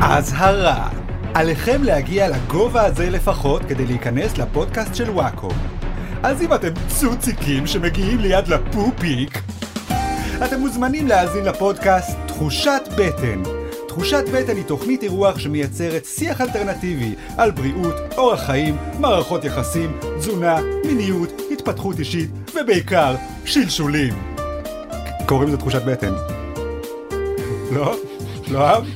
אזהרה, עליכם להגיע לגובה הזה לפחות כדי להיכנס לפודקאסט של וואקו. אז אם אתם צוציקים שמגיעים ליד לפופיק, אתם מוזמנים להאזין לפודקאסט תחושת בטן. תחושת בטן היא תוכנית אירוח שמייצרת שיח אלטרנטיבי על בריאות, אורח חיים, מערכות יחסים, תזונה, מיניות, התפתחות אישית ובעיקר שלשולים. קוראים לזה תחושת בטן. לא? לא אהב?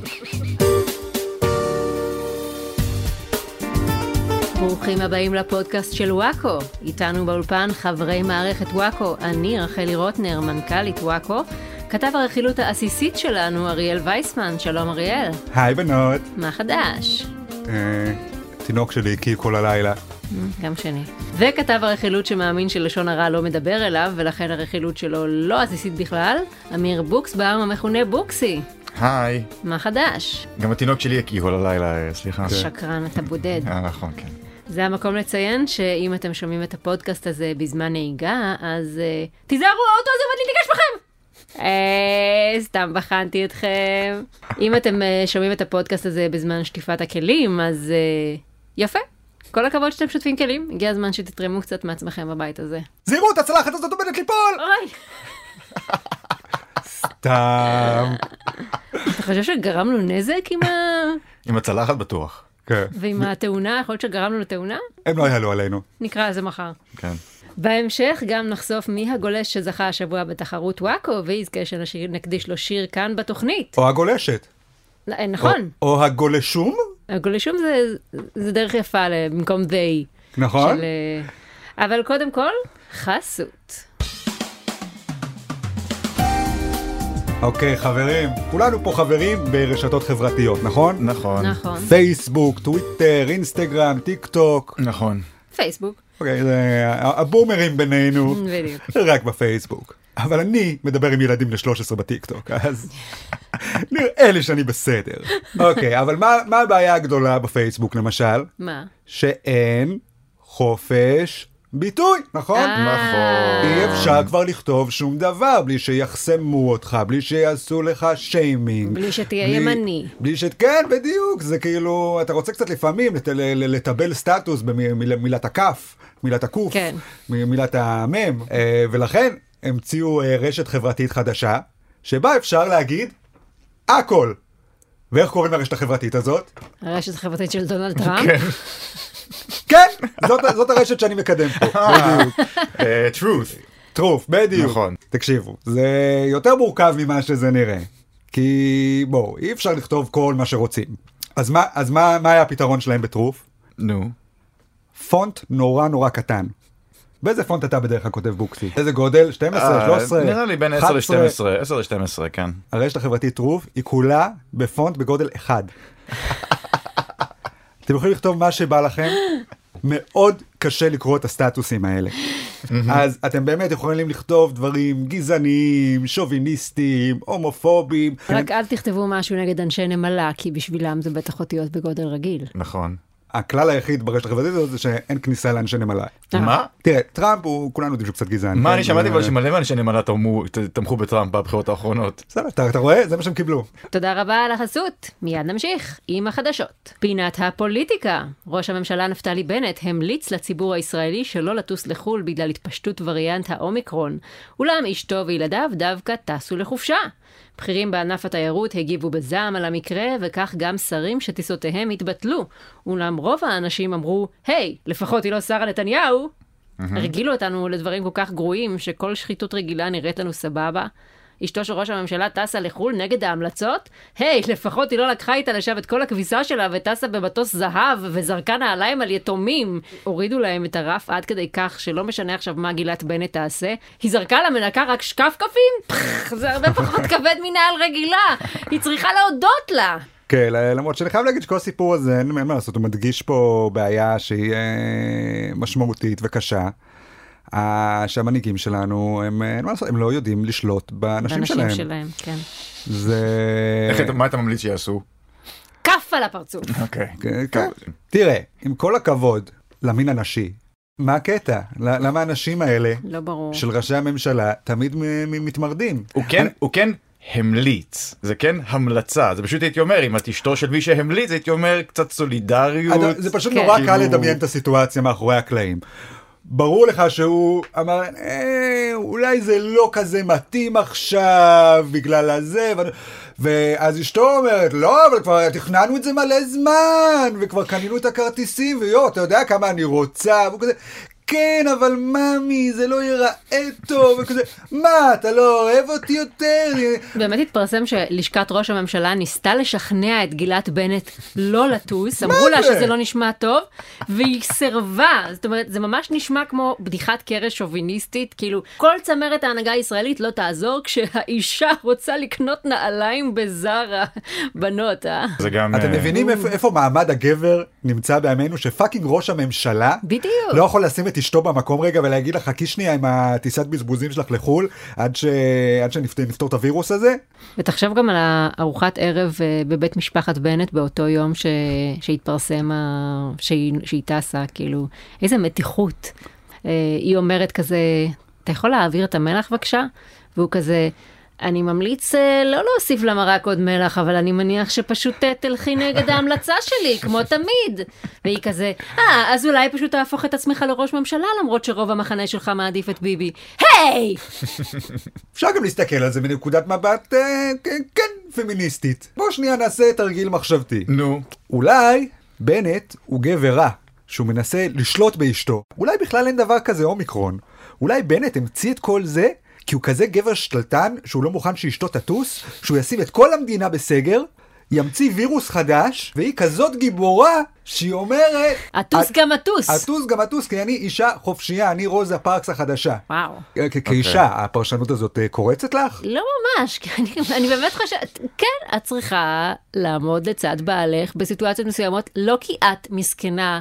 ברוכים הבאים לפודקאסט של וואקו. איתנו באולפן חברי מערכת וואקו, אני רחלי רוטנר, מנכ"לית וואקו, כתב הרכילות העסיסית שלנו אריאל וייסמן. שלום אריאל. היי בנות. מה חדש? תינוק שלי הקיא כל הלילה. גם שני. וכתב הרכילות שמאמין שלשון הרע לא מדבר אליו, ולכן הרכילות שלו לא עסיסית בכלל, אמיר בוקסבאום המכונה בוקסי. היי. מה חדש? גם התינוק שלי הקיא כל הלילה, סליחה. שקרן, אתה בודד. נכון, כן. זה המקום לציין שאם אתם שומעים את הפודקאסט הזה בזמן נהיגה, אז תיזהרו, האוטו הזה עומד להתנגש בכם! סתם בחנתי אתכם. אם אתם שומעים את הפודקאסט הזה בזמן שטיפת הכלים, אז יפה. כל הכבוד שאתם שוטפים כלים, הגיע הזמן שתתרמו קצת מעצמכם בבית הזה. זהירות, הצלחת הזאת עומדת ליפול! אוי! סתם. אתה חושב שגרמנו נזק עם הצלחת בטוח. כן. ועם התאונה? יכול להיות שגרמנו לתאונה? הם לא יעלו עלינו. נקרא על זה מחר. כן. בהמשך גם נחשוף מי הגולש שזכה השבוע בתחרות וואקו, ויזכה שנקדיש לו שיר כאן בתוכנית. או הגולשת. נכון. או הגולשום? הגולשום זה דרך יפה במקום they. נכון. אבל קודם כל, חסות. אוקיי, חברים. כולנו פה חברים ברשתות חברתיות, נכון? נכון. נכון. פייסבוק, טוויטר, אינסטגרם, טיק טוק. נכון. פייסבוק. אוקיי, זה הבומרים בינינו. בדיוק. רק בפייסבוק. אבל אני מדבר עם ילדים ל-13 בטיק טוק, אז נראה לי שאני בסדר. אוקיי, אבל מה הבעיה הגדולה בפייסבוק למשל? מה? שאין חופש ביטוי, נכון? נכון. אי אפשר כבר לכתוב שום דבר, בלי שיחסמו אותך, בלי שיעשו לך שיימינג. בלי שתהיה ימני. כן, בדיוק, זה כאילו, אתה רוצה קצת לפעמים לטבל סטטוס במילת הכף, מילת הקוף, כן. מילת המם, ולכן המציאו רשת חברתית חדשה, שבה אפשר להגיד הכל. ואיך קוראים לרשת החברתית הזאת? הרשת החברתית של דונלד טראמפ? כן, זאת הרשת שאני מקדם פה, בדיוק. truth, בדיוק. נכון. תקשיבו, זה יותר מורכב ממה שזה נראה. כי בואו, אי אפשר לכתוב כל מה שרוצים. אז מה היה הפתרון שלהם בטרוף? נו. פונט נורא קטן. באיזה פונט אתה בדרך כלל כותב בוקסי? איזה גודל? 12, 13? נראה לי בין 10 ל-12, 10 ל-12, כן. הרשת החברתית טרוף היא כולה בפונט בגודל 1. אתם יכולים לכתוב מה שבא לכם, מאוד קשה לקרוא את הסטטוסים האלה. אז אתם באמת יכולים לכתוב דברים גזעניים, שוביניסטיים, הומופוביים. רק אל תכתבו משהו נגד אנשי נמלה, כי בשבילם זה בטח אותיות בגודל רגיל. נכון. הכלל היחיד ברשת החברתית הזאת זה שאין כניסה לאנשי נמלה. מה? תראה, טראמפ הוא, כולנו יודעים שהוא קצת גזען. מה, אני שמעתי אבל שמלא מאנשי נמלה תמכו בטראמפ בבחירות האחרונות. בסדר, אתה רואה? זה מה שהם קיבלו. תודה רבה על החסות. מיד נמשיך עם החדשות. פינת הפוליטיקה. ראש הממשלה נפתלי בנט המליץ לציבור הישראלי שלא לטוס לחול בגלל התפשטות וריאנט האומיקרון. אולם אשתו וילדיו דווקא טסו לחופשה. בכירים בענף התיירות הגיבו בזעם על המקרה, וכך גם שרים שטיסותיהם התבטלו. אולם רוב האנשים אמרו, היי, לפחות היא לא שרה נתניהו. הרגילו אותנו לדברים כל כך גרועים, שכל שחיתות רגילה נראית לנו סבבה. אשתו של ראש הממשלה טסה לחול נגד ההמלצות? היי, לפחות היא לא לקחה איתה לשם את כל הכביסה שלה וטסה במטוס זהב וזרקה נעליים על יתומים. הורידו להם את הרף עד כדי כך שלא משנה עכשיו מה גילת בנט תעשה. היא זרקה למנקה רק שקפקפים? זה הרבה פחות כבד מנעל רגילה. היא צריכה להודות לה. כן, למרות שאני חייב להגיד שכל הסיפור הזה, אין מה לעשות, הוא מדגיש פה בעיה שהיא משמעותית וקשה. שהמנהיגים שלנו, הם לא יודעים לשלוט באנשים שלהם. באנשים שלהם, כן. מה אתה ממליץ שיעשו? כף על הפרצוף. אוקיי. תראה, עם כל הכבוד למין הנשי, מה הקטע? למה האנשים האלה, לא ברור. של ראשי הממשלה, תמיד מתמרדים? הוא כן המליץ. זה כן המלצה. זה פשוט הייתי אומר, אם את אשתו של מי שהמליץ, הייתי אומר קצת סולידריות. זה פשוט נורא קל לדמיין את הסיטואציה מאחורי הקלעים. ברור לך שהוא אמר, אולי זה לא כזה מתאים עכשיו בגלל הזה, ואז אשתו אומרת, לא, אבל כבר תכננו את זה מלא זמן, וכבר קנינו את הכרטיסים, אתה יודע כמה אני רוצה, והוא כזה, כן, אבל ממי, זה לא ייראה טוב, וכזה, מה, אתה לא אוהב אותי יותר? באמת התפרסם שלשכת ראש הממשלה ניסתה לשכנע את גילת בנט לא לטוס, אמרו לה שזה לא נשמע טוב, והיא סרבה. זאת אומרת, זה ממש נשמע כמו בדיחת קרש שוביניסטית, כאילו, כל צמרת ההנהגה הישראלית לא תעזור כשהאישה רוצה לקנות נעליים בזרה בנות, זה גם... אתם מבינים איפה מעמד הגבר נמצא בימינו, שפאקינג ראש הממשלה בדיוק. לא יכול לשים את אשתו במקום רגע ולהגיד לך, חכי שנייה עם הטיסת בזבוזים שלך לחול, עד שנפתור את הווירוס הזה? ותחשב גם על הארוחת ערב בבית משפחת בנט באותו יום שהתפרסם, שהיא טסה, כאילו, איזה מתיחות. היא אומרת כזה, אתה יכול להעביר את המלח בבקשה? והוא כזה, אני ממליץ לא להוסיף למרק עוד מלח, אבל אני מניח שפשוט תלכי נגד ההמלצה שלי, כמו תמיד. והיא כזה, אז אולי פשוט תהפוך את עצמך לראש ממשלה, למרות שרוב המחנה שלך מעדיף את ביבי. היי! אפשר גם להסתכל על זה מנקודת מבט, כן, פמיניסטית. בוא שנייה נעשה תרגיל מחשבתי. נו. אולי בנט הוא גבר רע, שהוא מנסה לשלוט באשתו. אולי בכלל אין דבר כזה אומיקרון. אולי בנט המציא את כל זה, כי הוא כזה גבר שתלטן, שהוא לא מוכן שאשתו תטוס, שהוא ישים את כל המדינה בסגר, ימציא וירוס חדש, והיא כזאת גיבורה, שהיא אומרת... אטוס גם אטוס. אטוס גם אטוס, כי אני אישה חופשייה, אני רוזה פארקס החדשה. וואו. כאישה, הפרשנות הזאת קורצת לך? לא ממש, אני באמת חושבת, כן, את צריכה לעמוד לצד בעלך בסיטואציות מסוימות, לא כי את מסכנה,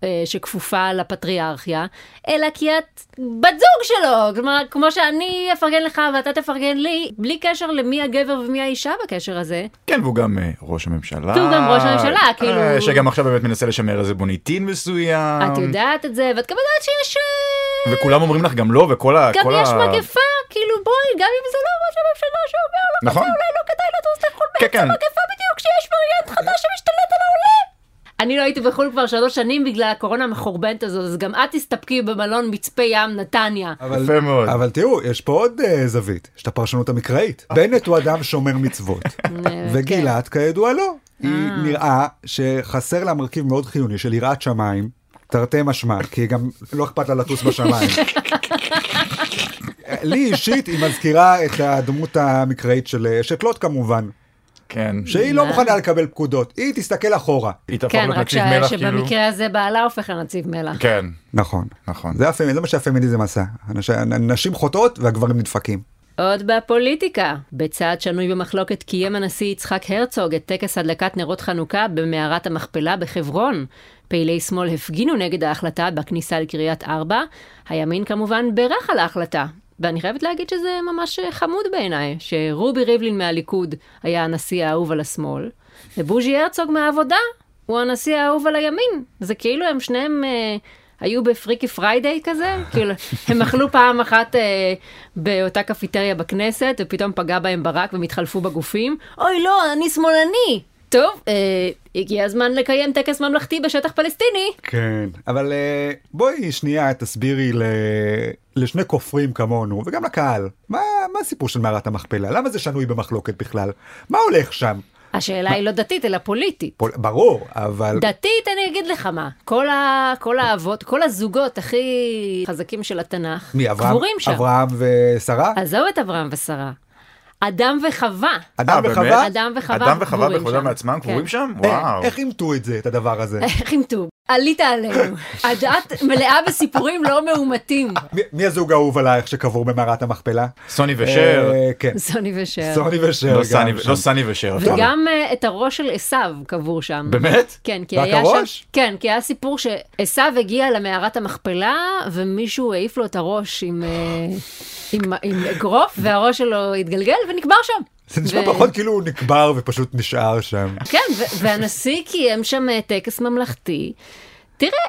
שכפופה לפטריארכיה, אלא כי את בת זוג שלו. כלומר, כמו שאני אפרגן לך ואתה תפרגן לי, בלי קשר למי הגבר ומי האישה בקשר הזה. כן, והוא גם ראש הממשלה. והוא גם ראש הממשלה, כאילו... שגם עכשיו באמת מנסה לשמר איזה בוניטין מסוים. את יודעת את זה, ואת גם יודעת שיש... וכולם אומרים לך גם לא, וכל ה... גם יש מגפה, כאילו בואי, גם אם זה לא ראש הממשלה שאומר לו, נכון. אולי לא כדאי לטוס לחו"ל כן. מגפה בדיוק, שיש וריאנט חדש שמשתלט על העולם. אני לא הייתי בחו"ל כבר 3 שנים בגלל הקורונה המחורבנת הזאת, אז גם את תסתפקי במלון מצפה ים נתניה. יפה מאוד. אבל תראו, יש פה עוד זווית, יש את הפרשנות המקראית. בנט הוא אדם שומר מצוות, וגילת כידוע לא. היא נראה שחסר לה מרכיב מאוד חיוני של יראת שמיים, תרתי משמע, כי גם לא אכפת לה לטוס בשמיים. לי אישית היא מזכירה את הדמות המקראית של אשת לוט כמובן. כן. שהיא לא מוכנה לקבל פקודות, היא תסתכל אחורה. היא תהפוך כן, רק לנציב מלח, כאילו. שבמקרה הזה בעלה הופך לנציב מלח. כן. נכון. נכון. זה מה שהפמיניזם עשה. נשים חוטאות והגברים נדפקים. עוד בפוליטיקה, בצעד שנוי במחלוקת קיים הנשיא יצחק הרצוג את טקס הדלקת נרות חנוכה במערת המכפלה בחברון. פעילי שמאל הפגינו נגד ההחלטה בכניסה לקריית 4, הימין כמובן בירך על ההחלטה. ואני חייבת להגיד שזה ממש חמוד בעיניי, שרובי ריבלין מהליכוד היה הנשיא האהוב על השמאל, ובוז'י הרצוג מהעבודה הוא הנשיא האהוב על הימין. זה כאילו הם שניהם היו בפריקי פריידיי כזה, כאילו הם אכלו פעם אחת באותה קפיטריה בכנסת, ופתאום פגע בהם ברק ומתחלפו בגופים. אוי לא, אני שמאלני. טוב, הגיע הזמן לקיים טקס ממלכתי בשטח פלסטיני. כן, אבל בואי שנייה תסבירי לשני כופרים כמונו, וגם לקהל, מה הסיפור של מערת המכפלה? למה זה שנוי במחלוקת בכלל? מה הולך שם? השאלה היא לא דתית, אלא פוליטית. ברור, אבל... דתית, אני אגיד לך מה. כל האבות, כל הזוגות הכי חזקים של התנ"ך, קבורים שם. אברהם ושרה? עזוב את אברהם ושרה. אדם וחווה. אדם וחווה? אדם וחווה בכבודם מעצמם קבורים שם? וואו. איך אימתו את זה, את הדבר הזה? איך אימתו? עלית עלינו. הדת מלאה בסיפורים לא מאומתים. מי הזוג האהוב עלייך שקבור במערת המכפלה? סוני ושר. כן. סוני ושר. סוני ושר. לא סני ושר. וגם את הראש של עשיו קבור שם. באמת? כן, רק הראש? כן, כי היה סיפור שעשיו הגיע למערת המכפלה, ומישהו העיף לו את הראש עם אגרוף, והראש שלו התגלגל ונקבר שם. זה נשמע פחות כאילו הוא נקבר ופשוט נשאר שם. כן, והנשיא קיים שם טקס ממלכתי. תראה,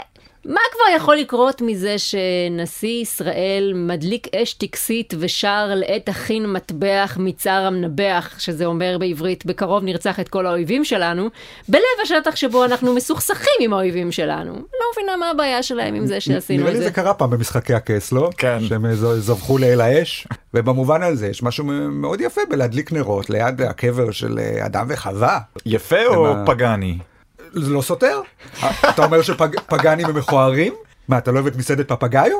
מה כבר יכול לקרות מזה שנשיא ישראל מדליק אש טקסית ושר לעת הכין מטבח מצער המנבח, שזה אומר בעברית, בקרוב נרצח את כל האויבים שלנו, בלב השטח שבו אנחנו מסוכסכים עם האויבים שלנו. לא מבינה מה הבעיה שלהם עם זה שעשינו את זה. נראה לי זה קרה פעם במשחקי הכס, לא? כן. שהם זבחו לאל האש, ובמובן הזה יש משהו מאוד יפה בלהדליק נרות ליד הקבר של אדם וחווה. יפה או פגני? זה לא סותר? אתה אומר שפגנים הם מכוערים? מה, אתה לא אוהב את מסעדת פפגאיו?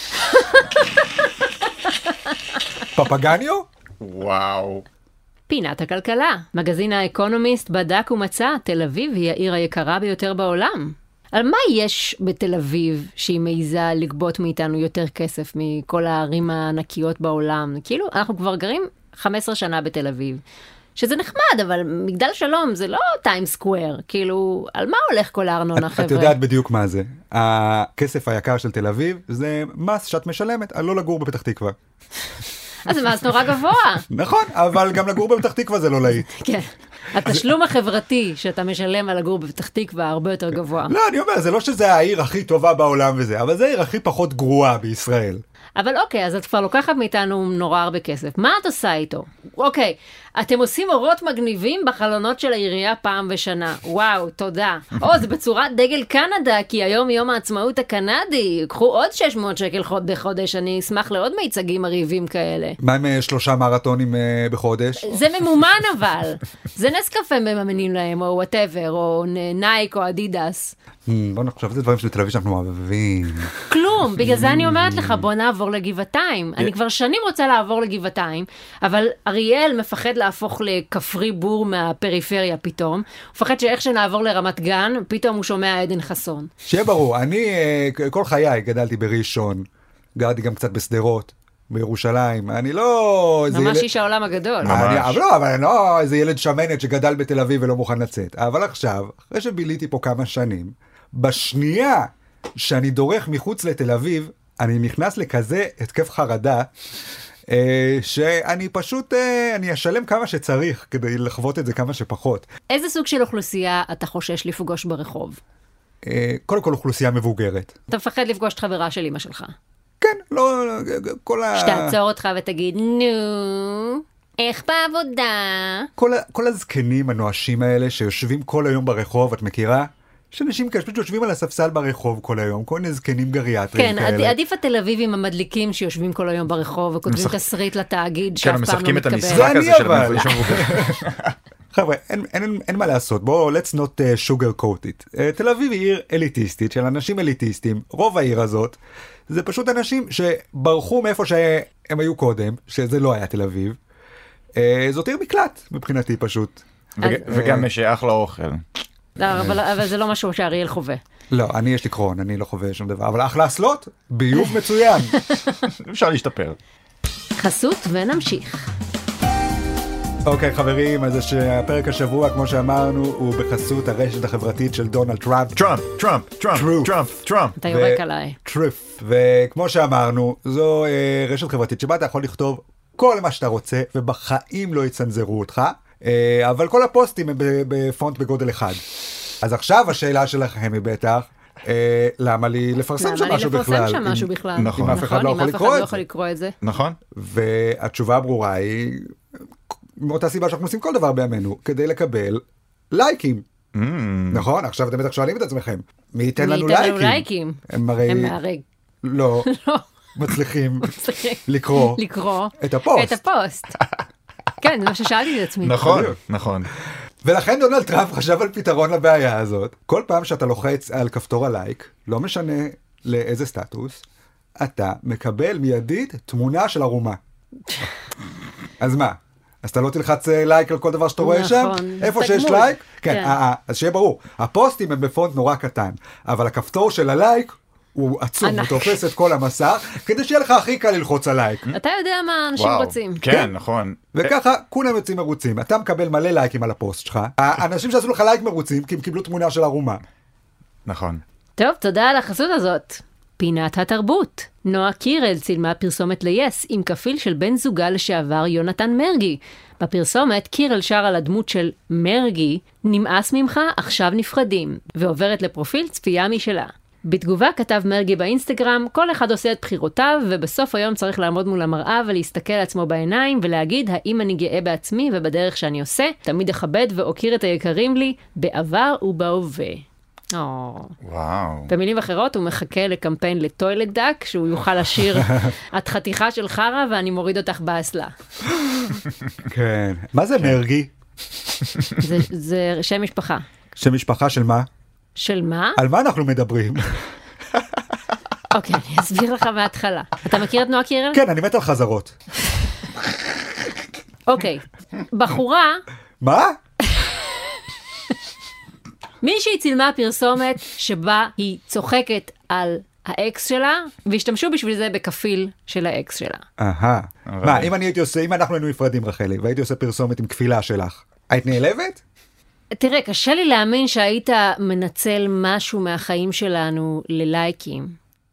פפגניו? וואו. פינת הכלכלה. מגזין האקונומיסט בדק ומצא, תל אביב היא העיר היקרה ביותר בעולם. על מה יש בתל אביב שהיא מעיזה לגבות מאיתנו יותר כסף מכל הערים הענקיות בעולם? כאילו, אנחנו כבר גרים 15 שנה בתל אביב. שזה נחמד, אבל מגדל שלום זה לא טיים סקוואר. כאילו, על מה הולך כל הארנונה, חבר'ה? את יודעת בדיוק מה זה. הכסף היקר של תל אביב זה מס שאת משלמת על לא לגור בפתח תקווה. אז זה מס נורא גבוה. נכון, אבל גם לגור בפתח תקווה זה לא להיט. כן. התשלום החברתי שאתה משלם על לגור בפתח תקווה הרבה יותר גבוה. לא, אני אומר, זה לא שזה העיר הכי טובה בעולם וזה, אבל זה העיר הכי פחות גרועה בישראל. אבל אוקיי, אז את כבר לוקחת מאיתנו נורא הרבה כסף. מה את עושה איתו? אוקיי, אתם עושים אורות מגניבים בחלונות של העירייה פעם בשנה. וואו, תודה. זה בצורת דגל קנדה, כי היום יום העצמאות הקנדי. קחו עוד 600 שקל בחודש, אני אשמח לעוד מיצגים מרהיבים כאלה. מה עם 3 מרתונים בחודש? זה ממומן אבל. זה נס קפה מממנים להם, או whatever, או נייק או אדידס. בוא נחשוב, זה דברים של תל אביב שאנחנו אוהבים. כלום, בגלל זה אני אומרת לך, בוא נעבור לגבעתיים. אני כבר שנים רוצה לעבור לגבעתיים, אבל אריאל מפחד להפוך לכפרי בור מהפריפריה פתאום. הוא מפחד שאיך שנעבור לרמת גן, פתאום הוא שומע עדן חסון. שיהיה ברור, אני כל חיי גדלתי בראשון, גרתי גם קצת בסדרות, בירושלים, אני לא... ממש איש העולם הגדול. אבל אני לא איזה ילד שמנת שגדל בתל אביב ולא מוכן לצאת. אבל עכשיו, אחרי שביליתי פה כמה שנים, בשנייה שאני דורך מחוץ לתל אביב, אני נכנס לכזה התקף חרדה, שאני פשוט, אני אשלם כמה שצריך כדי לחוות את זה כמה שפחות. איזה סוג של אוכלוסייה אתה חושש לפגוש ברחוב? קודם כל אוכלוסייה מבוגרת. אתה מפחד לפגוש את חברה של אמא שלך? כן, לא, כל שתעצור אותך ותגיד, נו, איך בעבודה? כל הזקנים הנואשים האלה שיושבים כל היום ברחוב, את מכירה? שאנשים פשוט יושבים על הספסל ברחוב כל היום, כל מיני זקנים גריאטריים כאלה. כן, עדיף התל אביבים המדליקים שיושבים כל היום ברחוב וכותבים תסריט לתאגיד שאף פעם לא מתקבל. כן, משחקים את המשחק הזה של המפליש המבוגר. חבר'ה, אין מה לעשות, בואו, let's not sugar coat it. תל אביב היא עיר אליטיסטית של אנשים אליטיסטים, רוב העיר הזאת, זה פשוט אנשים שברחו מאיפה שהם היו קודם, שזה לא היה תל אביב. זאת עיר מקלט מבחינתי פשוט. וגם יש אחלה אוכל. לא, אבל זה לא משהו שאריאל חווה. לא, יש לי קרון, אני לא חווה שום דבר, אבל אחלה אסלות, ביוב מצוין. אפשר להשתפר. חסות ונמשיך. אוקיי חברים, אז הפרק השבוע, כמו שאמרנו, הוא בחסות הרשת החברתית של דונלד טראמפ. טראמפ. אתה יורק עליי. טרוף. וכמו שאמרנו, זו רשת חברתית שבה אתה יכול לכתוב כל מה שאתה רוצה, ובחיים לא יצנזרו אותך, אבל כל הפוסטים הם בפונט בגודל אחד. אז עכשיו השאלה שלכם היא בטח, למה לי לפרסם שם משהו בכלל? למה לי לפרסם שם משהו בכלל? אם אף אחד לא יכול לקרוא את זה. נכון. והתשובה הברורה היא, מאותה סיבה שאנחנו עושים כל דבר בימינו, כדי לקבל לייקים. נכון? עכשיו אתם בטח שואלים את עצמכם, מי ייתן לנו לייקים? הם מהרג. לא, מצליחים לקרוא את הפוסט. כן, זה מה ששאלתי את עצמי. נכון. ולכן דונלד טראמפ חשב על פתרון לבעיה הזאת. כל פעם שאתה לוחץ על כפתור הלייק, לא משנה לאיזה סטטוס, אתה מקבל מיידית תמונה של ערומה. אז מה? אז אתה לא תלחץ לייק על כל דבר שאתה רואה שם? איפה שיש לייק? כן, אז שיהיה ברור. הפוסטים הם בפונט נורא קטן, אבל הכפתור של הלייק הוא עצום, הוא תופס את כל המסך, כדי שיהיה לך הכי קל ללחוץ על לייק. אתה יודע מה אנשים רוצים. כן, נכון. וככה כולם יוצאים מרוצים. אתה מקבל מלא לייקים על הפוסט שלך. האנשים שעשו לך לייק מרוצים, כי הם קיבלו תמונה של ערומה. נכון. טוב, תודה על החסות הזאת. פינת התרבות. נועה קירל צילמה פרסומת ל-yes עם כפיל של בן זוגה לשעבר יונתן מרגי. בפרסומת קירל שר על הדמות של מרגי, נמאס ממך, עכשיו נפרדים, ועוברת לפרופיל צפייה משלה. בתגובה כתב מרגי באינסטגרם, כל אחד עושה את בחירותיו, ובסוף היום צריך לעמוד מול המראה ולהסתכל לעצמו בעיניים, ולהגיד האם אני גאה בעצמי ובדרך שאני עושה, תמיד אכבד ואוקיר את היקרים לי, בעבר ובהווה. וואו. במילים אחרות, הוא מחכה לקמפיין לטוילט דק, שהוא יוכל לשיר, את חתיכה של חרה ואני מוריד אותך באסלה. כן. מה זה מרגי? זה שם משפחה. שם משפחה של מה? של מה? על מה אנחנו מדברים? אוקיי, אני אסביר לך מההתחלה. אתה מכיר את נועה קירל? כן, אני מת על חזרות. אוקיי. בחורה, מה? מישהי צילמה פרסומת שבה היא צוחקת על האקס שלה, והשתמשו בשביל זה בכפיל של האקס שלה. מה, אם אנחנו היינו נפרדים, רחלי, והייתי עושה פרסומת עם כפילה שלך, היית נעלבת? תראה, קשה לי להאמין שהיית מנצל משהו מהחיים שלנו ללייקים.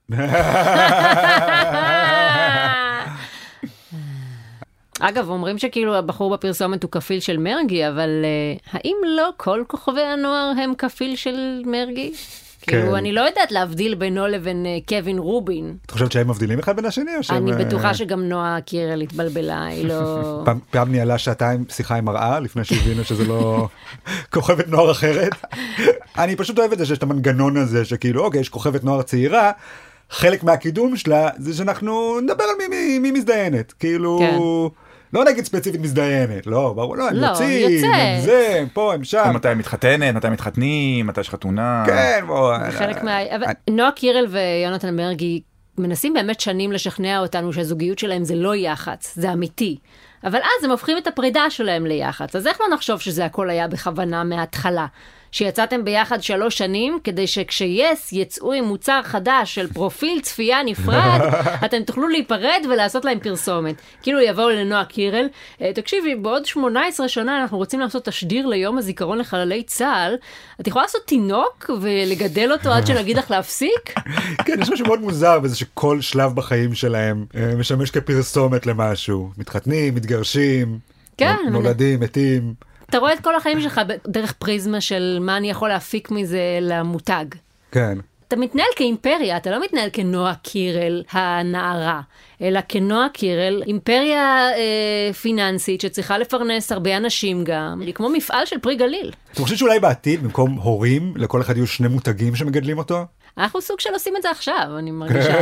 אגב, אומרים שכאילו הבחור בפרסומת הוא כפיל של מרגי, אבל האם לא כל כוכבי הנוער הם כפיל של מרגי? כאילו, אני לא יודעת להבדיל בינו לבין קווין רובין. את חושבת שהם מבדילים אחד בין השני? אני בטוחה שגם נועה קירל התבלבלה, היא לא... פעם ניהלה שעתיים שיחה עם מראה, לפני שהבינו שזה לא כוכבת נוער אחרת. אני פשוט אוהב את זה שיש את המנגנון הזה, שכאילו, אוקיי, יש כוכבת נוער צעירה, חלק מהקידום שלה זה שאנחנו נדבר על מי מזדיינת. כאילו... לא נגיד ספציפית מזדיינת, לא, ברור, לא, הם יוצאים, הם זה, הם פה, הם שם. מתי מתחתנת, מתי מתחתנים, מתי יש חתונה. כן, בוא. חלק אבל נועה קירל ויונתן מרגי מנסים באמת שנים לשכנע אותנו שהזוגיות שלהם זה לא יח"צ, זה אמיתי. אבל אז הם הופכים את הפרידה שלהם ליח"צ. אז איך לא נחשוב שזה הכל היה בכוונה מההתחלה? שיצאתם ביחד 3 שנים, כדי שכשיס יצאו עם מוצר חדש של פרופיל צפייה נפרד, אתם תוכלו להיפרד ולעשות להם פרסומת. כאילו יבואו לנועה קירל, תקשיבי, בעוד 18 שנה אנחנו רוצים לעשות תשדיר ליום הזיכרון לחללי צה"ל, את יכולה לעשות תינוק ולגדל אותו עד שנגיד לך להפסיק? כן, יש משהו מאוד מוזר בזה שכל שלב בחיים שלהם משמש כפרסומת למשהו. מתחתנים, מתגרשים, נולדים, מתים. אתה רואה את כל החיים שלך דרך פריזמה של מה אני יכול להפיק מזה למותג. כן. אתה מתנהל כאימפריה, אתה לא מתנהל כנועה קירל הנערה, אלא כנועה קירל, אימפריה פיננסית שצריכה לפרנס הרבה אנשים גם, כמו מפעל של פרי גליל. אתה חושב שאולי בעתיד, במקום הורים, לכל אחד יהיו 2 מותגים שמגדלים אותו? אנחנו סוג של עושים את זה עכשיו, אני מרגישה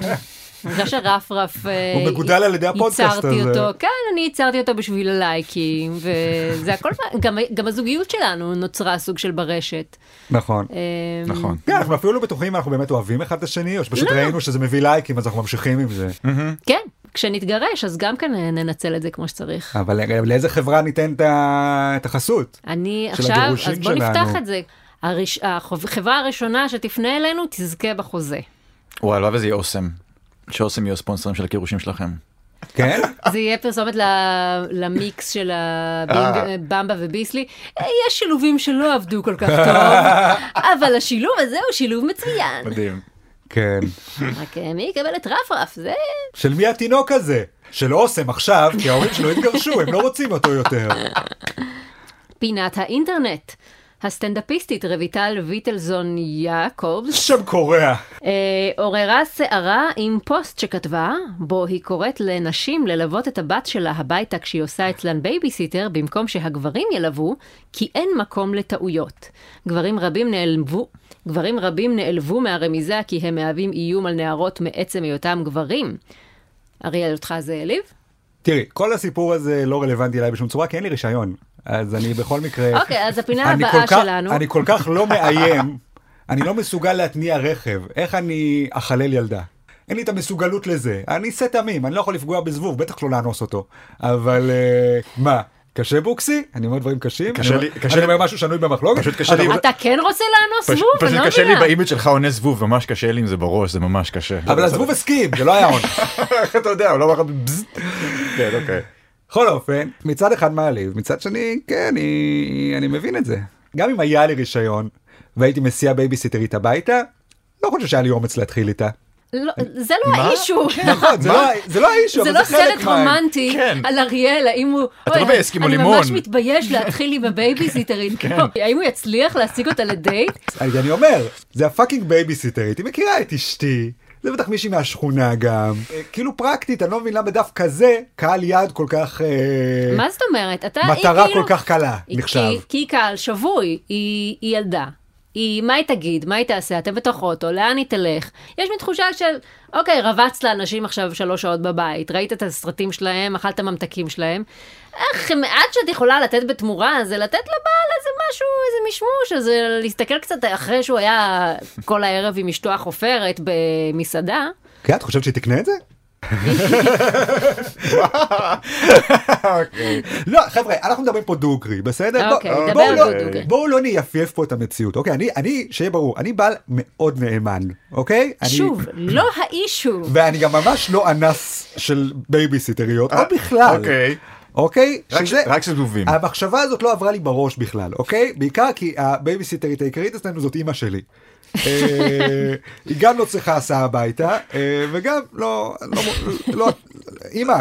שרף הוא מגודל על ידי הפודקאסט הזה. אותו, כן, אני ייצרתי אותו בשביל הלייקים, וזה הכל, גם הזוגיות שלנו נוצרה סוג של ברשת. נכון. נכון. כן, אנחנו אפילו לא בטוחים, אנחנו באמת אוהבים אחד את השני, או שפשוט ראינו שזה מביא לייקים, אז אנחנו ממשיכים עם זה. כן, כשנתגרש, אז גם כן ננצל את זה כמו שצריך. אבל לאיזה חברה ניתן את החסות? אני עכשיו, אז בוא נפתח את זה. החברה הראשונה שתפנה אלינו, תזכה בחוזה. וואי, לא, וזה יהיה אוסם. שאוסם יהיו ספונסרים של הקירושים שלכם. כן? זה יהיה פרסומת למיקס של במבה וביסלי. יש שילובים שלא עבדו כל כך טוב, אבל השילוב הזה הוא שילוב מצוין. מדהים. כן. רק מי יקבל את רף, זה... של מי התינוק הזה? של אוסם עכשיו, כי ההורים שלו התגרשו, הם לא רוצים אותו יותר. פינת האינטרנט. הסטנדאפיסטית רויטל ויטלזון יעקובס שם קורע עוררה שערה עם פוסט שכתבה בו היא קוראת לנשים ללוות את הבת שלה הביתה כשהיא עושה אצלן בייביסיטר במקום שהגברים ילוו, כי אין מקום לטעויות. גברים רבים נעלבו מהרמיזה כי הם מהווים איום על נערות מעצם היותם גברים. אריאל, אותך זה העליב? תראי, כל הסיפור הזה לא רלוונטי אליי בשום צורה, כי אין לי רישיון. אז אני בכל מקרה... אוקיי, אז הפינה הבאה שלנו... אני כל כך לא מאיים, אני לא מסוגל להתניע רכב. איך אני אחלל ילדה? אין לי את המסוגלות לזה. אני עושה תמים, אני לא יכול לפגוע בזבוב, בטח לא לאנוס אותו. אבל מה? קשה בוקסי? אני אומר דברים קשים? אני אומר משהו שנוי במחלוקת? פשוט קשה לי... אתה כן רוצה לאנוס זבוב? פשוט קשה לי באימג' שלך עונה זבוב, ממש קשה לי עם זה בראש, זה ממש קשה. אבל הזבוב הסכים, זה לא היה עונה. איך אתה יודע, הוא לא אמר בזז. כן, אוקיי. בכל אופן, מצד אחד מעליב, מצד שני, כן, אני מבין את זה. גם אם היה לי רישיון, והייתי מסיע בייביסיטרית הביתה, לא חושב שהיה לי אומץ להתחיל איתה. זה לא האישו. נכון, זה לא האישו, זה אבל לא זה חלק סרט רומנטי על אריאל, האם הוא... אתה לא באסקימו לימון. אני ממש מתבייש להתחיל עם הבייביסיטרית. האם הוא יצליח להשיג אותה לדייט? אני אומר, זה הפאקינג בייביסיטרית, היא מכירה את אשתי, זה בטח מישהי מהשכונה גם. כאילו פרקטית, אני לא מבין למה דווקא כזה, קהל יד כל כך... מה זאת אומרת? מטרה כל כך קלה, נחשב. כי היא קהל שבוי, היא ילדה. מה היא תגיד? מה היא תעשה? אתם בתוך אוטו, לאן היא תלך? יש לי תחושה של, אוקיי, רבצת לאנשים עכשיו 3 שעות בבית, ראית את הסרטים שלהם, אכלת ממתקים שלהם. מעט שאת יכולה לתת בתמורה, זה לתת לבעל איזה משהו, איזה משמוש, זה להסתכל קצת אחרי שהוא היה כל הערב עם אשתו החופרת במסעדה. כן, את חושבת שהיא תקנה את זה? לא, חבר'ה, אנחנו מדברים פה דוגרי, בסדר? בואו לא נייפייף פה את המציאות, אוקיי? אני, שיהיה ברור, אני בעל מאוד נאמן, אוקיי? שוב, לא האישו. ואני גם ממש לא אנס של בייביסיטריות, או בכלל. אוקיי? רק שזובים. המחשבה הזאת לא עברה לי בראש בכלל, אוקיי? בעיקר כי הבייביסיטרית העיקרית אצלנו זאת אמא שלי. היא גם לא צריכה הסעה הביתה, וגם לא, אמא,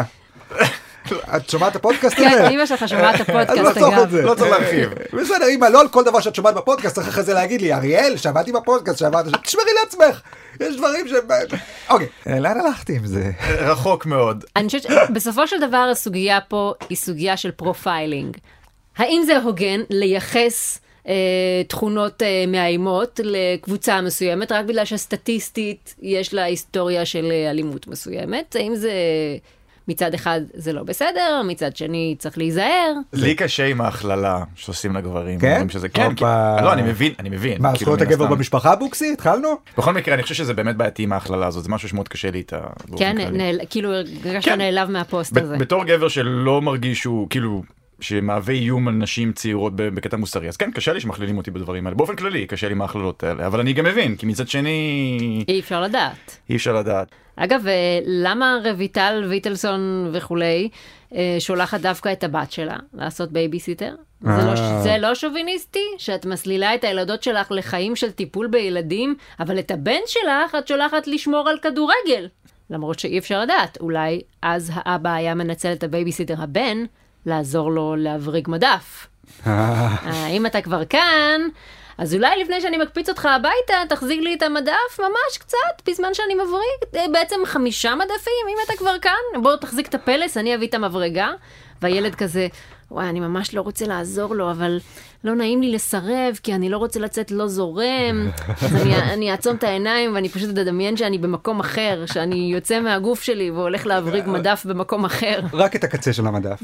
את שומעת את הפודקאסט הזה? כן, אמא שלך שומעת את הפודקאסט, אגב. לא צריך להרחיב. בסדר, אמא, לא על כל דבר שאת שומעת בפודקאסט, צריך אחרי זה להגיד לי, אריאל, שמעתי בפודקאסט, תשמרי לעצמך. יש דברים ש... אוקיי, לאן הלכתי עם זה? רחוק מאוד. אני חושבת שבסופו של דבר הסוגיה פה היא סוגיה של פרופיילינג. האם זה הוגן לייחס תכונות מאיימות לקבוצה מסוימת, רק בגלל שסטטיסטית יש לה היסטוריה של אלימות מסוימת? האם זה... מצד אחד זה לא בסדר, מצד שני צריך להיזהר. לי קשה עם ההכללה שעושים לגברים. כן? כן, לא, אני מבין. מה, זכויות הגבר במשפחה בוקסי? התחלנו? בכל מקרה, אני חושב שזה באמת בעייתי עם ההכללה הזאת, זה משהו שמאוד קשה לי איתה. כן, כאילו, הרגשת נעלב מהפוסט הזה. בתור גבר שלא מרגיש שהוא, כאילו, שמהווה איום על נשים צעירות בקטע מוסרי, אז כן, קשה לי שמכלילים אותי בדברים האלה. באופן כללי, קשה לי מההכללות האלה, אבל אני גם מבין, כי מצד שני... אי אפשר לדעת. אגב, למה רויטל ויטלסון וכולי שולחת דווקא את הבת שלה לעשות בייביסיטר? זה לא שוביניסטי? שאת מסלילה את הילדות שלך לחיים של טיפול בילדים, אבל את הבן שלך את שולחת לשמור על כדורגל. למרות שאי אפשר לדעת, אולי אז האבא היה מנצל את הבייביסיטר הבן, לעזור לו להבריג מדף. אם אתה כבר כאן, אז אולי לפני שאני מקפיץ אותך הביתה, תחזיק לי את המדף ממש קצת, בזמן שאני מבריג, בעצם 5 מדפים, אם אתה כבר כאן, בוא תחזיק את הפלס, אני אביא את המברגה, והילד כזה, וואי, אני ממש לא רוצה לעזור לו, אבל לא נעים לי לסרב, כי אני לא רוצה לצאת לא זורם, אז אני אעצום את העיניים, ואני פשוט אדמיין שאני במקום אחר, שאני יוצא מהגוף שלי, והולך להבריג מדף במקום אחר. רק את הקצה של המדף.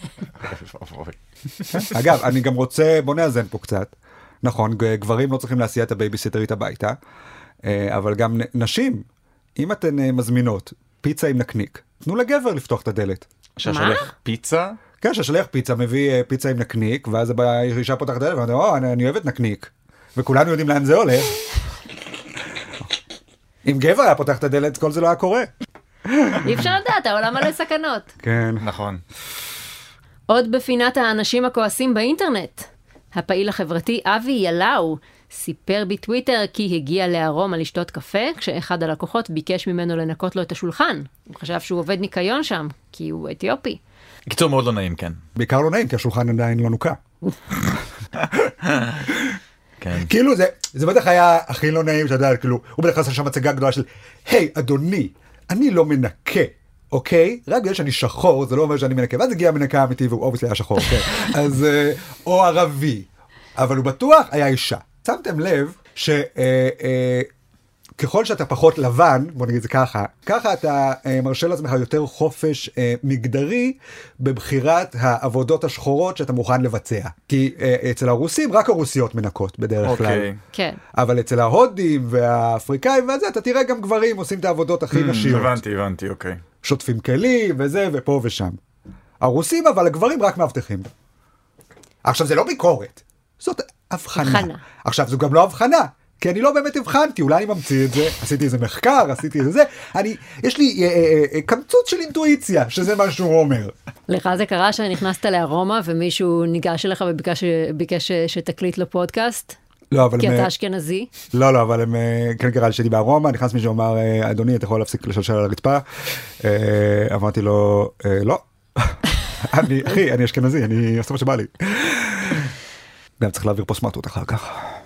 אגב, אני גם רוצה, בוא נאזן פה קצת, נכון, גברים לא צריכים להסיע את הבייביסיטרית הביתה, אבל גם נשים, אם אתן מזמינות פיצה עם נקניק, תנו לגבר לפתוח את הדלת. שהשלח פיצה? כן, שהשלח פיצה מביא פיצה עם נקניק, ואז האישה פותחת את הדלת, ואומרת, אני אוהבת נקניק. וכולנו יודעים לאן זה הולך. אם גבר היה פותח את הדלת, כל זה לא היה קורה. אי אפשר לדעת, העולם מלא סכנות. כן. נכון. עוד בפינת האנשים הכועסים באינטרנט. הפעיל החברתי אבי ילאו סיפר בטוויטר כי הגיע לערום על לשתות קפה, כשאחד הלקוחות ביקש ממנו לנקות לו את השולחן. הוא חשב שהוא עובד ניקיון שם, כי הוא אתיופי. קיצור מאוד לא נעים, כן. בעיקר לא נעים, כי השולחן עדיין לא נוקה. כן. כאילו זה בטח היה הכי לא נעים, שאתה יודע, כאילו, הוא בדרך כלל עשה שם הצגה גדולה של, היי, אדוני, אני לא מנקה. אוקיי? רק בגלל שאני שחור, זה לא אומר שאני מנקה. ואז הגיע המנקה האמיתי, והוא אובייסלי היה שחור, כן. אז, או ערבי. אבל הוא בטוח היה אישה. שמתם לב שככל שאתה פחות לבן, בוא נגיד זה ככה, ככה אתה מרשה לעצמך יותר חופש מגדרי בבחירת העבודות השחורות שאתה מוכן לבצע. כי אצל הרוסים רק הרוסיות מנקות בדרך כלל. כן. אבל אצל ההודים והאפריקאים וזה, אתה תראה גם גברים עושים את העבודות הכי נשיות. הבנתי, אוקיי. שוטפים כלים וזה ופה ושם. הרוסים אבל הגברים רק מאבטחים. עכשיו זה לא ביקורת, זאת הבחנה. עכשיו זו גם לא הבחנה, כי אני לא באמת הבחנתי, אולי אני ממציא את זה, עשיתי איזה מחקר, עשיתי איזה זה, יש לי קמצות של אינטואיציה, שזה מה שהוא אומר. לך זה קרה שנכנסת לארומה ומישהו ניגש אליך וביקש שתקליט לו פודקאסט? לא, אבל כי הם... אתה אשכנזי. לא, אבל הם... כן קרה שלי בארומה, נכנס מישהו אמר, אדוני, אתה יכול להפסיק לשלשל על הרצפה? אמרתי לו, לא. אחי, אני אשכנזי, אני עושה מה שבא לי. גם צריך להעביר פה סמרטוט אחר כך.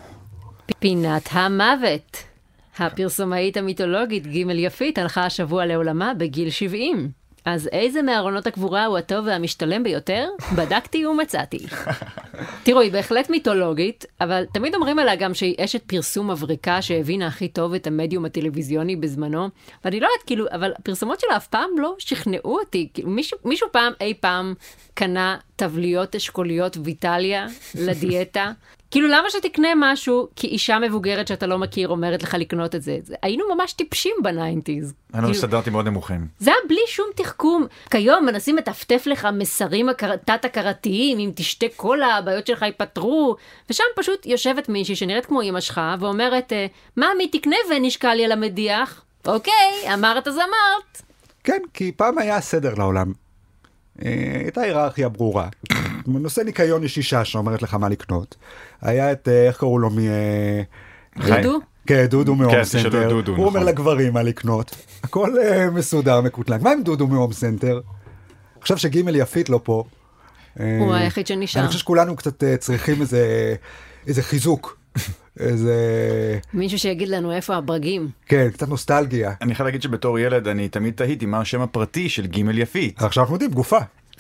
פינת המוות. הפרסומאית המיתולוגית ג' יפית הלכה השבוע לעולמה בגיל 70. אז איזה מארונות הקבורה הוא הטוב והמשתלם ביותר? בדקתי ומצאתי. תראו, היא בהחלט מיתולוגית, אבל תמיד אומרים עליה גם שהיא אשת פרסום מבריקה שהבינה הכי טוב את המדיום הטלוויזיוני בזמנו, ואני לא יודעת, כאילו, אבל הפרסומות שלה אף פעם לא שכנעו אותי. כאילו, מישהו פעם, אי פעם, קנה טבליות אשכוליות ויטליה לדיאטה? כאילו, למה שתקנה משהו כי אישה מבוגרת שאתה לא מכיר אומרת לך לקנות את זה? היינו ממש טיפשים בניינטיז. היינו סטנדרטים מאוד נמוכים. זה היה בלי שום תחכום. כיום מנסים לטפטף לך מסרים תת-הכרתיים, אם תשתה קולה, הבעיות שלך ייפטרו, ושם פשוט יושבת מישהי שנראית כמו אמא שלך, ואומרת, ממי, תקנה ונשקע לי על המדיח. אוקיי, אמרת אז אמרת. כן, כי פעם היה סדר לעולם. הייתה היררכיה ברורה. נושא ניקיון יש אישה שאומרת לך מה לקנות. היה את, איך קראו לו דודו? כן, דודו מהום סנטר. דודו, הוא אומר נכון. לגברים מה לקנות. הכל מסודר, מקוטלג. מה עם דודו מהום סנטר? עכשיו שג' יפית לא פה. הוא היחיד שנשאר. אני חושב שכולנו קצת צריכים איזה חיזוק. איזה... מישהו שיגיד לנו איפה הברגים. כן, קצת נוסטלגיה. אני יכול להגיד שבתור ילד אני תמיד תהיתי מה השם הפרטי של ג' יפית. עכשיו אנחנו יודעים, גופה.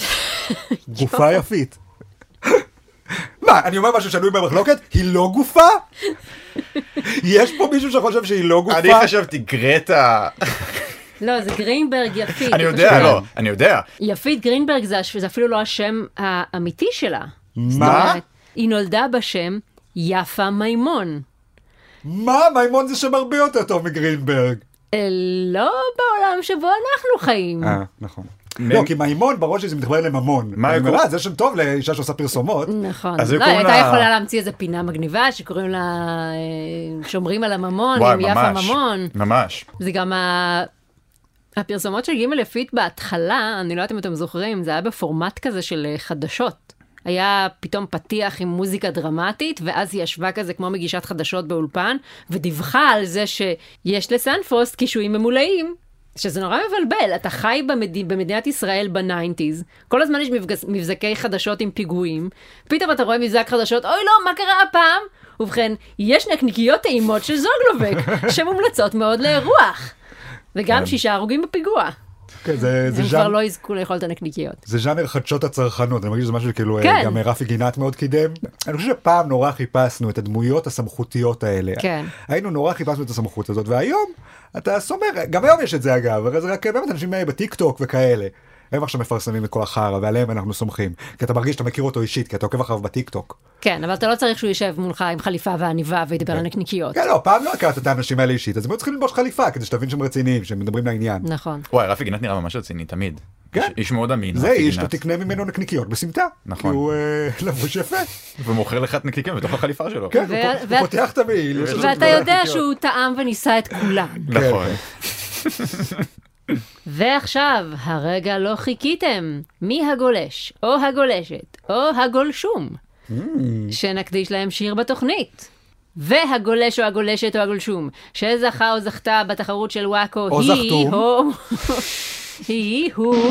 גופה יפית. מה, אני אומר משהו שנוי במחלוקת? היא לא גופה? יש פה מישהו שחושב שהיא לא גופה? אני חשבתי גרטה. לא, זה גרינברג יפית. אני יודע, לא, אני יודע. יפית גרינברג זה אפילו לא השם האמיתי שלה. מה? היא נולדה בשם יפה מימון. מה? מימון זה שם הרבה יותר טוב מגרינברג. לא בעולם שבו אנחנו חיים. נכון. לא, כי מימון בראש שזה מתחבר לממון. מה זה שם טוב לאישה שעושה פרסומות. נכון. אז לא, קוראים הייתה לה- יכולה להמציא איזה פינה מגניבה שקוראים לה שומרים על הממון, וואי, עם יפה ממש, ממון. ממש. זה גם הפרסומות של ג' יפית בהתחלה, אני לא יודעת אם אתם זוכרים, זה היה בפורמט כזה של חדשות. היה פתאום פתיח עם מוזיקה דרמטית, ואז היא ישבה כזה כמו מגישת חדשות באולפן, ודיווחה על זה שיש לסנפרוסט קישואים ממולאים, שזה נורא מבלבל. אתה חי במדינת ישראל בניינטיז, כל הזמן יש מבזקי חדשות עם פיגועים, פתאום אתה רואה מבזק חדשות, אוי לא, מה קרה הפעם? ובכן, יש נקניקיות טעימות של זוגלובק, שמומלצות מאוד לאירוח. וגם 6 הרוגים בפיגוע. הם כבר לא יזכו לאכול את הנקניקיות. זה ז'אנר חדשות הצרכנות, אני מרגיש שזה משהו שכאילו גם רפי גינת מאוד קידם. אני חושב שפעם נורא חיפשנו את הדמויות הסמכותיות האלה. היינו נורא חיפשנו את הסמכות הזאת, והיום אתה סומר, גם היום יש את זה אגב, הרי זה רק באמת אנשים בטיק טוק וכאלה. הם עכשיו מפרסמים את כל החרא, ועליהם אנחנו סומכים. כי אתה מרגיש שאתה מכיר אותו אישית, כי אתה עוקב אחריו בטיק טוק. כן, אבל אתה לא צריך שהוא יישב מולך עם חליפה ועניבה וידבר על נקניקיות. כן, לא, פעם לא הכרת את האנשים האלה אישית, אז הם היו צריכים ללבוש חליפה, כדי שתבין שהם רציניים, שהם מדברים לעניין. נכון. וואי, רפי גינת נראה ממש רציני, תמיד. כן. איש מאוד אמין. זה רפי איש, גינת. אתה תקנה ממנו נקניקיות בסמטה. נכון. כי הוא לבוש יפה. ומוכר לך את נקניקיות בתוך החליפה שלו. כן, הוא פותח את המעיל. ואתה יודע שהוא טעם וניסה את כולם. נכון. ועכשיו, הרגע לא חיכיתם. מי הגולש, או הגולשת, או הגולשום, שנקדיש להם שיר בתוכנית. והגולש או הגולשת או הגולשום, שזכה או זכתה בתחרות של וואקו, או זכתו. הוא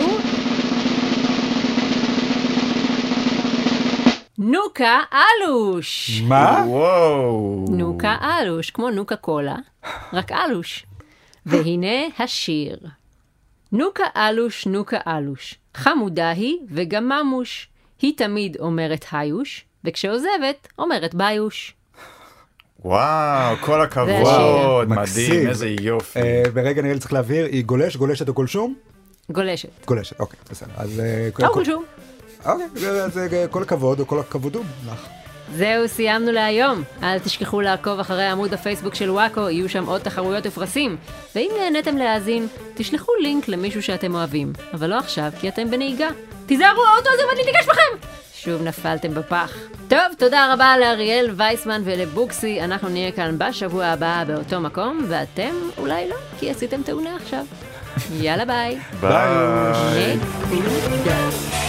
נוקה אלוש. מה? וואו. נוקה אלוש, כמו נוקה קולה, רק אלוש. והנה השיר. נוקה אלוש, נוקה אלוש, חמודה היא וגם ממוש. היא תמיד אומרת היוש, וכשעוזבת אומרת ביוש. וואו, כל הכבוד, מדהים, איזה יופי. ברגע נראה לי צריך להבהיר, היא גולש, גולשת או גולשום? גולשת. גולשת, אוקיי, בסדר. אז... או גולשום. אוקיי, אז כל הכבוד או כל הכבודום לך. זהו, סיימנו להיום. אל תשכחו לעקוב אחרי עמוד הפייסבוק של וואקו, יהיו שם עוד תחרויות ופרסים. ואם נהניתם להאזין, תשלחו לינק למישהו שאתם אוהבים. אבל לא עכשיו, כי אתם בנהיגה. תיזהרו, האוטו הזה עומד להתנגש בכם! שוב נפלתם בפח. טוב, תודה רבה לאריאל וייסמן ולבוקסי. אנחנו נהיה כאן בשבוע הבא באותו מקום, ואתם אולי לא, כי עשיתם תאונה עכשיו. יאללה ביי. ביי. נקודה.